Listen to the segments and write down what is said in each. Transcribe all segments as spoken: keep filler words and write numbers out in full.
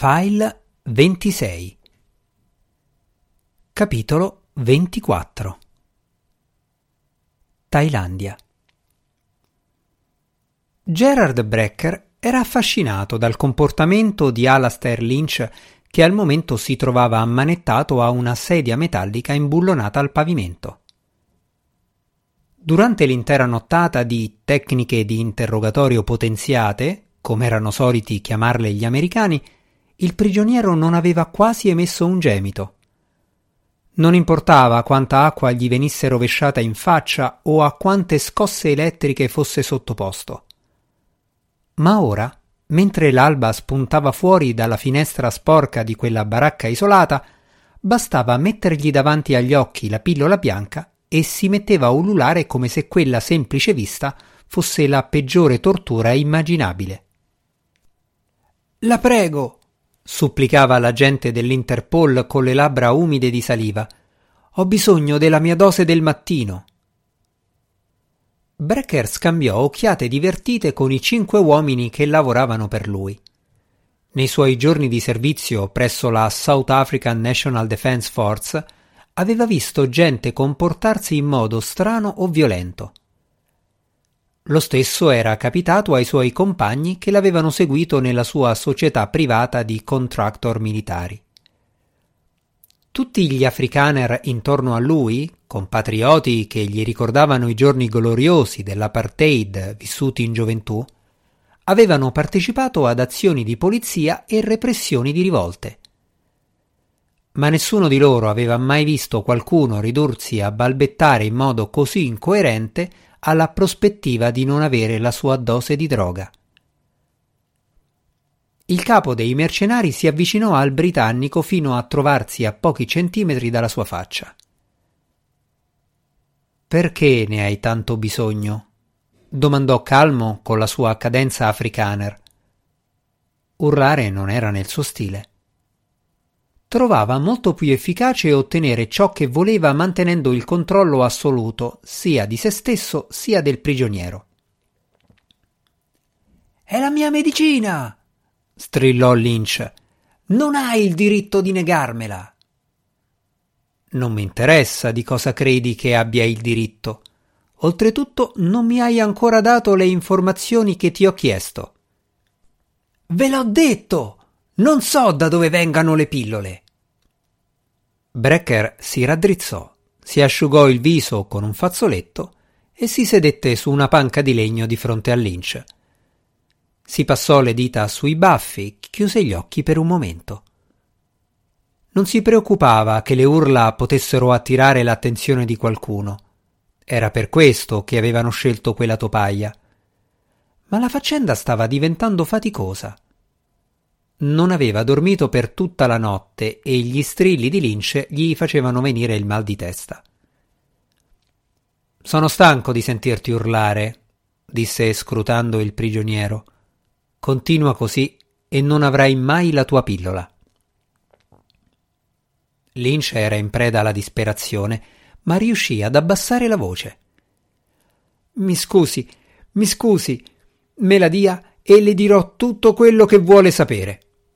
File ventisei. Capitolo ventiquattro. Thailandia. Gerard Brecker era affascinato dal comportamento di Alastair Lynch, che al momento si trovava ammanettato a una sedia metallica imbullonata al pavimento. Durante l'intera nottata di tecniche di interrogatorio potenziate, come erano soliti chiamarle gli americani, il prigioniero non aveva quasi emesso un gemito. Non importava quanta acqua gli venisse rovesciata in faccia o a quante scosse elettriche fosse sottoposto. Ma ora, mentre l'alba spuntava fuori dalla finestra sporca di quella baracca isolata, bastava mettergli davanti agli occhi la pillola bianca e si metteva a ululare come se quella semplice vista fosse la peggiore tortura immaginabile. «La prego», supplicava l'agente dell'Interpol con le labbra umide di saliva. «Ho bisogno della mia dose del mattino». Brecker scambiò occhiate divertite con i cinque uomini che lavoravano per lui. Nei suoi giorni di servizio presso la South African National Defence Force aveva visto gente comportarsi in modo strano o violento. Lo stesso era capitato ai suoi compagni che l'avevano seguito nella sua società privata di contractor militari. Tutti gli afrikaner intorno a lui, compatrioti che gli ricordavano i giorni gloriosi dell'apartheid vissuti in gioventù, avevano partecipato ad azioni di polizia e repressioni di rivolte. Ma nessuno di loro aveva mai visto qualcuno ridursi a balbettare in modo così incoerente alla prospettiva di non avere la sua dose di droga. Il capo dei mercenari si avvicinò al britannico fino a trovarsi a pochi centimetri dalla sua faccia. «Perché ne hai tanto bisogno?» domandò calmo con la sua cadenza afrikaner. Urlare non era nel suo stile. Trovava molto più efficace ottenere ciò che voleva mantenendo il controllo assoluto sia di se stesso sia del prigioniero. «È la mia medicina!» strillò Lynch. «Non hai il diritto di negarmela!» «Non mi interessa di cosa credi che abbia il diritto. Oltretutto non mi hai ancora dato le informazioni che ti ho chiesto». «Ve l'ho detto! Non so da dove vengano le pillole!» Brecker si raddrizzò, si asciugò il viso con un fazzoletto e si sedette su una panca di legno di fronte a Lynch. Si passò le dita sui baffi, chiuse gli occhi per un momento. Non si preoccupava che le urla potessero attirare l'attenzione di qualcuno. Era per questo che avevano scelto quella topaia. Ma la faccenda stava diventando faticosa. Non aveva dormito per tutta la notte e gli strilli di Lynch gli facevano venire il mal di testa. «Sono stanco di sentirti urlare», disse scrutando il prigioniero. «Continua così e non avrai mai la tua pillola». Lynch era in preda alla disperazione, ma riuscì ad abbassare la voce. «Mi scusi, mi scusi, me la dia e le dirò tutto quello che vuole sapere».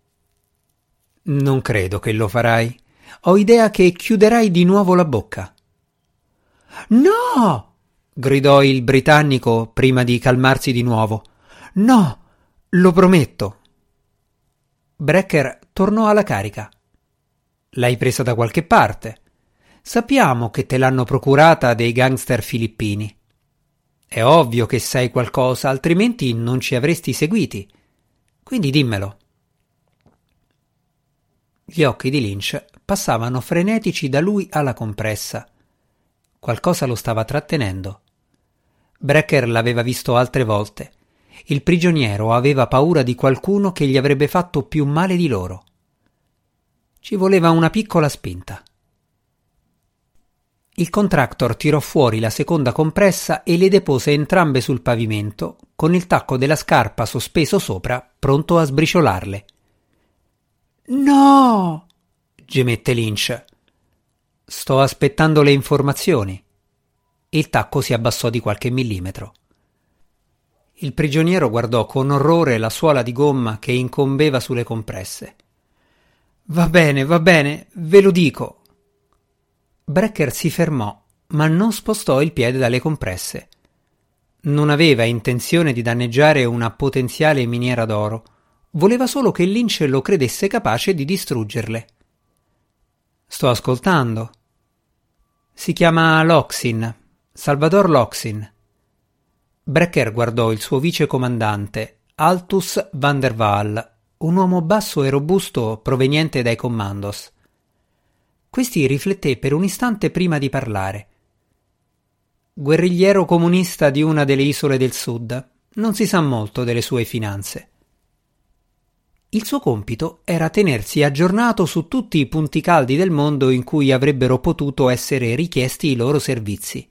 «Non credo che lo farai. Ho idea che chiuderai di nuovo la bocca». «No!» gridò il britannico prima di calmarsi di nuovo. «No, lo prometto». Brecker tornò alla carica. «L'hai presa da qualche parte. Sappiamo che te l'hanno procurata dei gangster filippini. È ovvio che sai qualcosa, altrimenti non ci avresti seguiti. Quindi dimmelo». Gli occhi di Lynch passavano frenetici da lui alla compressa. Qualcosa lo stava trattenendo. Brecker l'aveva visto altre volte. Il prigioniero aveva paura di qualcuno che gli avrebbe fatto più male di loro. Ci voleva una piccola spinta. Il contractor tirò fuori la seconda compressa e le depose entrambe sul pavimento, con il tacco della scarpa sospeso sopra, pronto a sbriciolarle. «No!» gemette Lynch. «Sto aspettando le informazioni». Il tacco si abbassò di qualche millimetro. Il prigioniero guardò con orrore la suola di gomma che incombeva sulle compresse. Va bene, va bene, ve lo dico. Brecker si fermò, ma non spostò il piede dalle compresse. Non aveva intenzione di danneggiare una potenziale miniera d'oro. Voleva solo che Lynch lo credesse capace di distruggerle. Sto ascoltando. Si chiama Loxin, Salvador Loxin. Brecker guardò il suo vicecomandante, Altus van der Waal, un uomo basso e robusto proveniente dai commandos. Questi rifletté per un istante prima di parlare. Guerrigliero comunista di una delle isole del sud, non si sa molto delle sue finanze. Il suo compito era tenersi aggiornato su tutti i punti caldi del mondo in cui avrebbero potuto essere richiesti i loro servizi.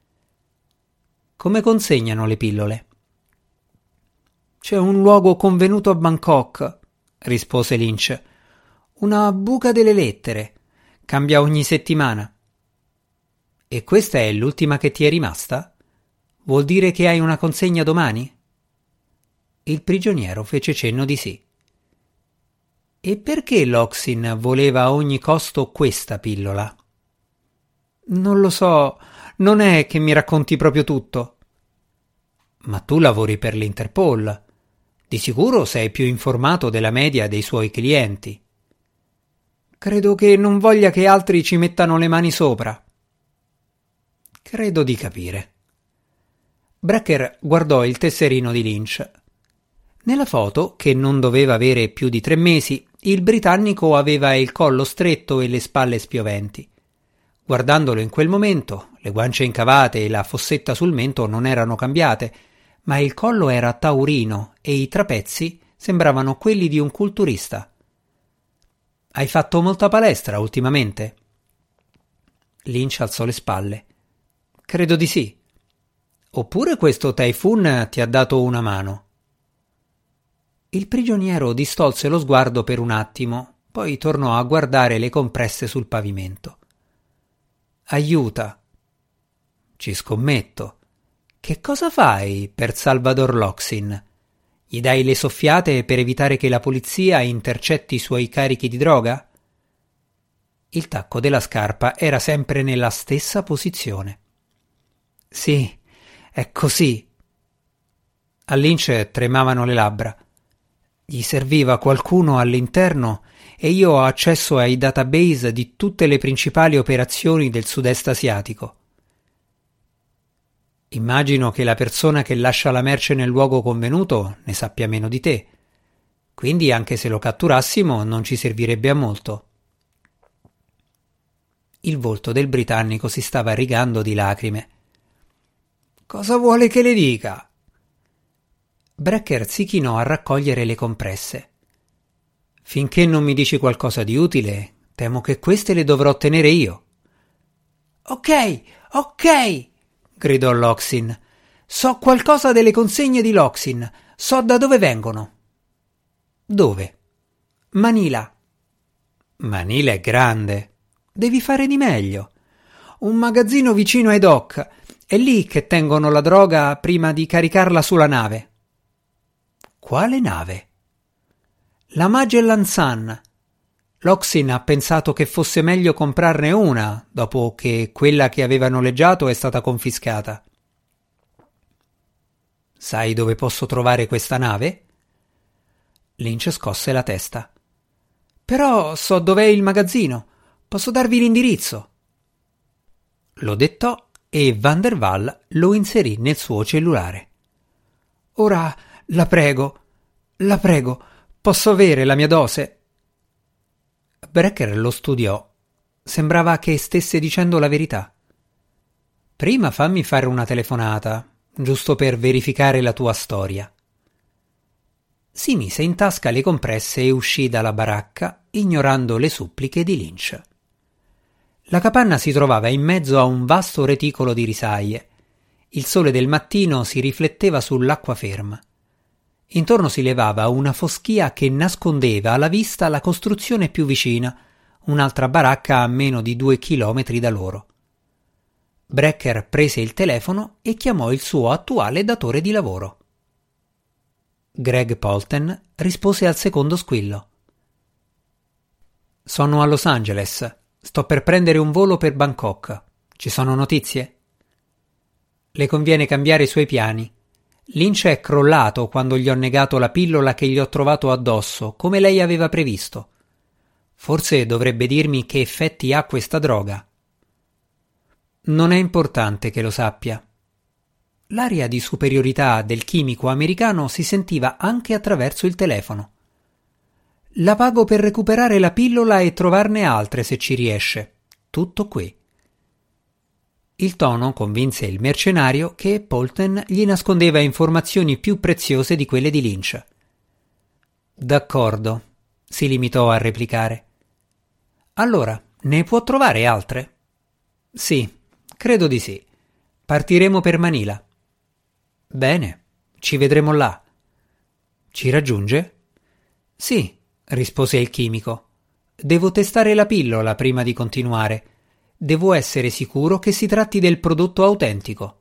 Come consegnano le pillole? C'è un luogo convenuto a Bangkok, rispose Lynch. Una buca delle lettere. Cambia ogni settimana. E questa è l'ultima che ti è rimasta? Vuol dire che hai una consegna domani? Il prigioniero fece cenno di sì. E perché Loxin voleva a ogni costo questa pillola? Non lo so, non è che mi racconti proprio tutto. Ma tu lavori per l'Interpol. Di sicuro sei più informato della media dei suoi clienti. Credo che non voglia che altri ci mettano le mani sopra. Credo di capire. Brecker guardò il tesserino di Lynch. Nella foto, che non doveva avere più di tre mesi, il britannico aveva il collo stretto e le spalle spioventi. Guardandolo in quel momento, le guance incavate e la fossetta sul mento non erano cambiate, ma il collo era taurino e i trapezzi sembravano quelli di un culturista. Hai fatto molta palestra ultimamente? Lynch alzò le spalle. Credo di sì. Oppure questo Typhoon ti ha dato una mano? Il prigioniero distolse lo sguardo per un attimo, poi tornò a guardare le compresse sul pavimento. Aiuta. Ci scommetto. Che cosa fai per Salvador Loxin? Gli dai le soffiate per evitare che la polizia intercetti i suoi carichi di droga? Il tacco della scarpa era sempre nella stessa posizione. Sì, è così. A Lynch tremavano le labbra. Gli serviva qualcuno all'interno e io ho accesso ai database di tutte le principali operazioni del sud-est asiatico. Immagino che la persona che lascia la merce nel luogo convenuto ne sappia meno di te, quindi anche se lo catturassimo non ci servirebbe a molto. Il volto del britannico si stava rigando di lacrime. Cosa vuole che le dica? Brecker si chinò a raccogliere le compresse. Finché non mi dici qualcosa di utile, temo che queste le dovrò tenere io. Ok, ok, gridò Loxin. So qualcosa delle consegne di Loxin. So da dove vengono. Dove? Manila. Manila è grande. Devi fare di meglio. Un magazzino vicino ai dock. È lì che tengono la droga prima di caricarla sulla nave. Quale nave? La Magellan Sun. Loxin ha pensato che fosse meglio comprarne una, dopo che quella che aveva noleggiato è stata confiscata. Sai dove posso trovare questa nave? Lynch scosse la testa. Però so dov'è il magazzino. Posso darvi l'indirizzo. Lo dettò e Van der Waal lo inserì nel suo cellulare. Ora, la prego, la prego, posso avere la mia dose? Brecker lo studiò. Sembrava che stesse dicendo la verità. Prima fammi fare una telefonata, giusto per verificare la tua storia. Si mise in tasca le compresse e uscì dalla baracca, ignorando le suppliche di Lynch. La capanna si trovava in mezzo a un vasto reticolo di risaie. Il sole del mattino si rifletteva sull'acqua ferma. Intorno si levava una foschia che nascondeva alla vista la costruzione più vicina, un'altra baracca a meno di due chilometri da loro. Brecker prese il telefono e chiamò il suo attuale datore di lavoro. Greg Polten rispose al secondo squillo. Sono a Los Angeles. Sto per prendere un volo per Bangkok. Ci sono notizie? Le conviene cambiare i suoi piani. Lynch è crollato quando gli ho negato la pillola che gli ho trovato addosso, come lei aveva previsto. Forse dovrebbe dirmi che effetti ha questa droga. Non è importante che lo sappia. L'aria di superiorità del chimico americano si sentiva anche attraverso il telefono. La pago per recuperare la pillola e trovarne altre se ci riesce. Tutto qui. Il tono convinse il mercenario che Polten gli nascondeva informazioni più preziose di quelle di Lynch. D'accordo, si limitò a replicare. Allora, ne può trovare altre? Sì, credo di sì. Partiremo per Manila. Bene, ci vedremo là. Ci raggiunge? Sì, rispose il chimico. Devo testare la pillola prima di continuare. Devo essere sicuro che si tratti del prodotto autentico.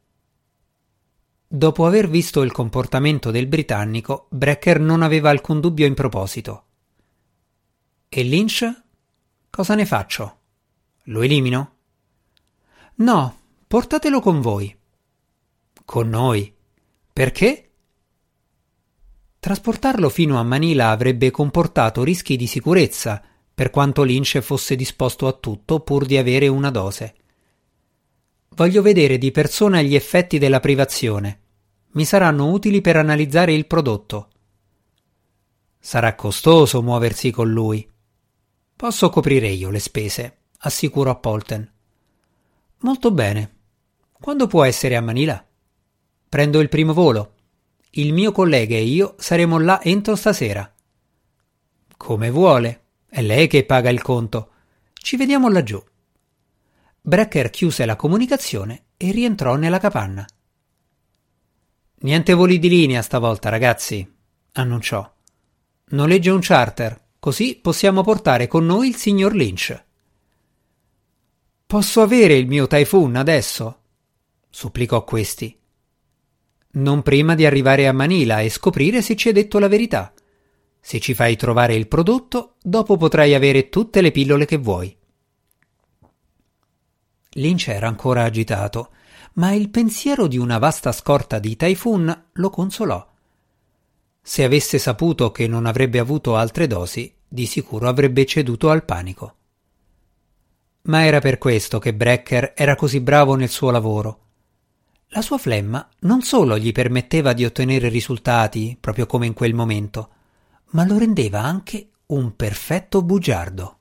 Dopo aver visto il comportamento del britannico, Brecker non aveva alcun dubbio in proposito. E Lynch? Cosa ne faccio? Lo elimino? No, portatelo con voi. Con noi? Perché? Trasportarlo fino a Manila avrebbe comportato rischi di sicurezza, per quanto Lynch fosse disposto a tutto pur di avere una dose. Voglio vedere di persona gli effetti della privazione. Mi saranno utili per analizzare il prodotto. Sarà costoso muoversi con lui. Posso coprire io le spese, assicurò Polten. Molto bene. Quando può essere a Manila? Prendo il primo volo. Il mio collega e io saremo là entro stasera. Come vuole. È lei che paga il conto. Ci vediamo laggiù. Brecker chiuse la comunicazione e rientrò nella capanna. Niente voli di linea stavolta, ragazzi, annunciò. Noleggio un charter, così possiamo portare con noi il signor Lynch. Posso avere il mio Typhoon adesso? Supplicò questi. Non prima di arrivare a Manila e scoprire se ci hai detto la verità. Se ci fai trovare il prodotto, dopo potrai avere tutte le pillole che vuoi. Lynch era ancora agitato, ma il pensiero di una vasta scorta di Typhoon lo consolò. Se avesse saputo che non avrebbe avuto altre dosi, di sicuro avrebbe ceduto al panico. Ma era per questo che Brecker era così bravo nel suo lavoro. La sua flemma non solo gli permetteva di ottenere risultati, proprio come in quel momento, ma lo rendeva anche un perfetto bugiardo.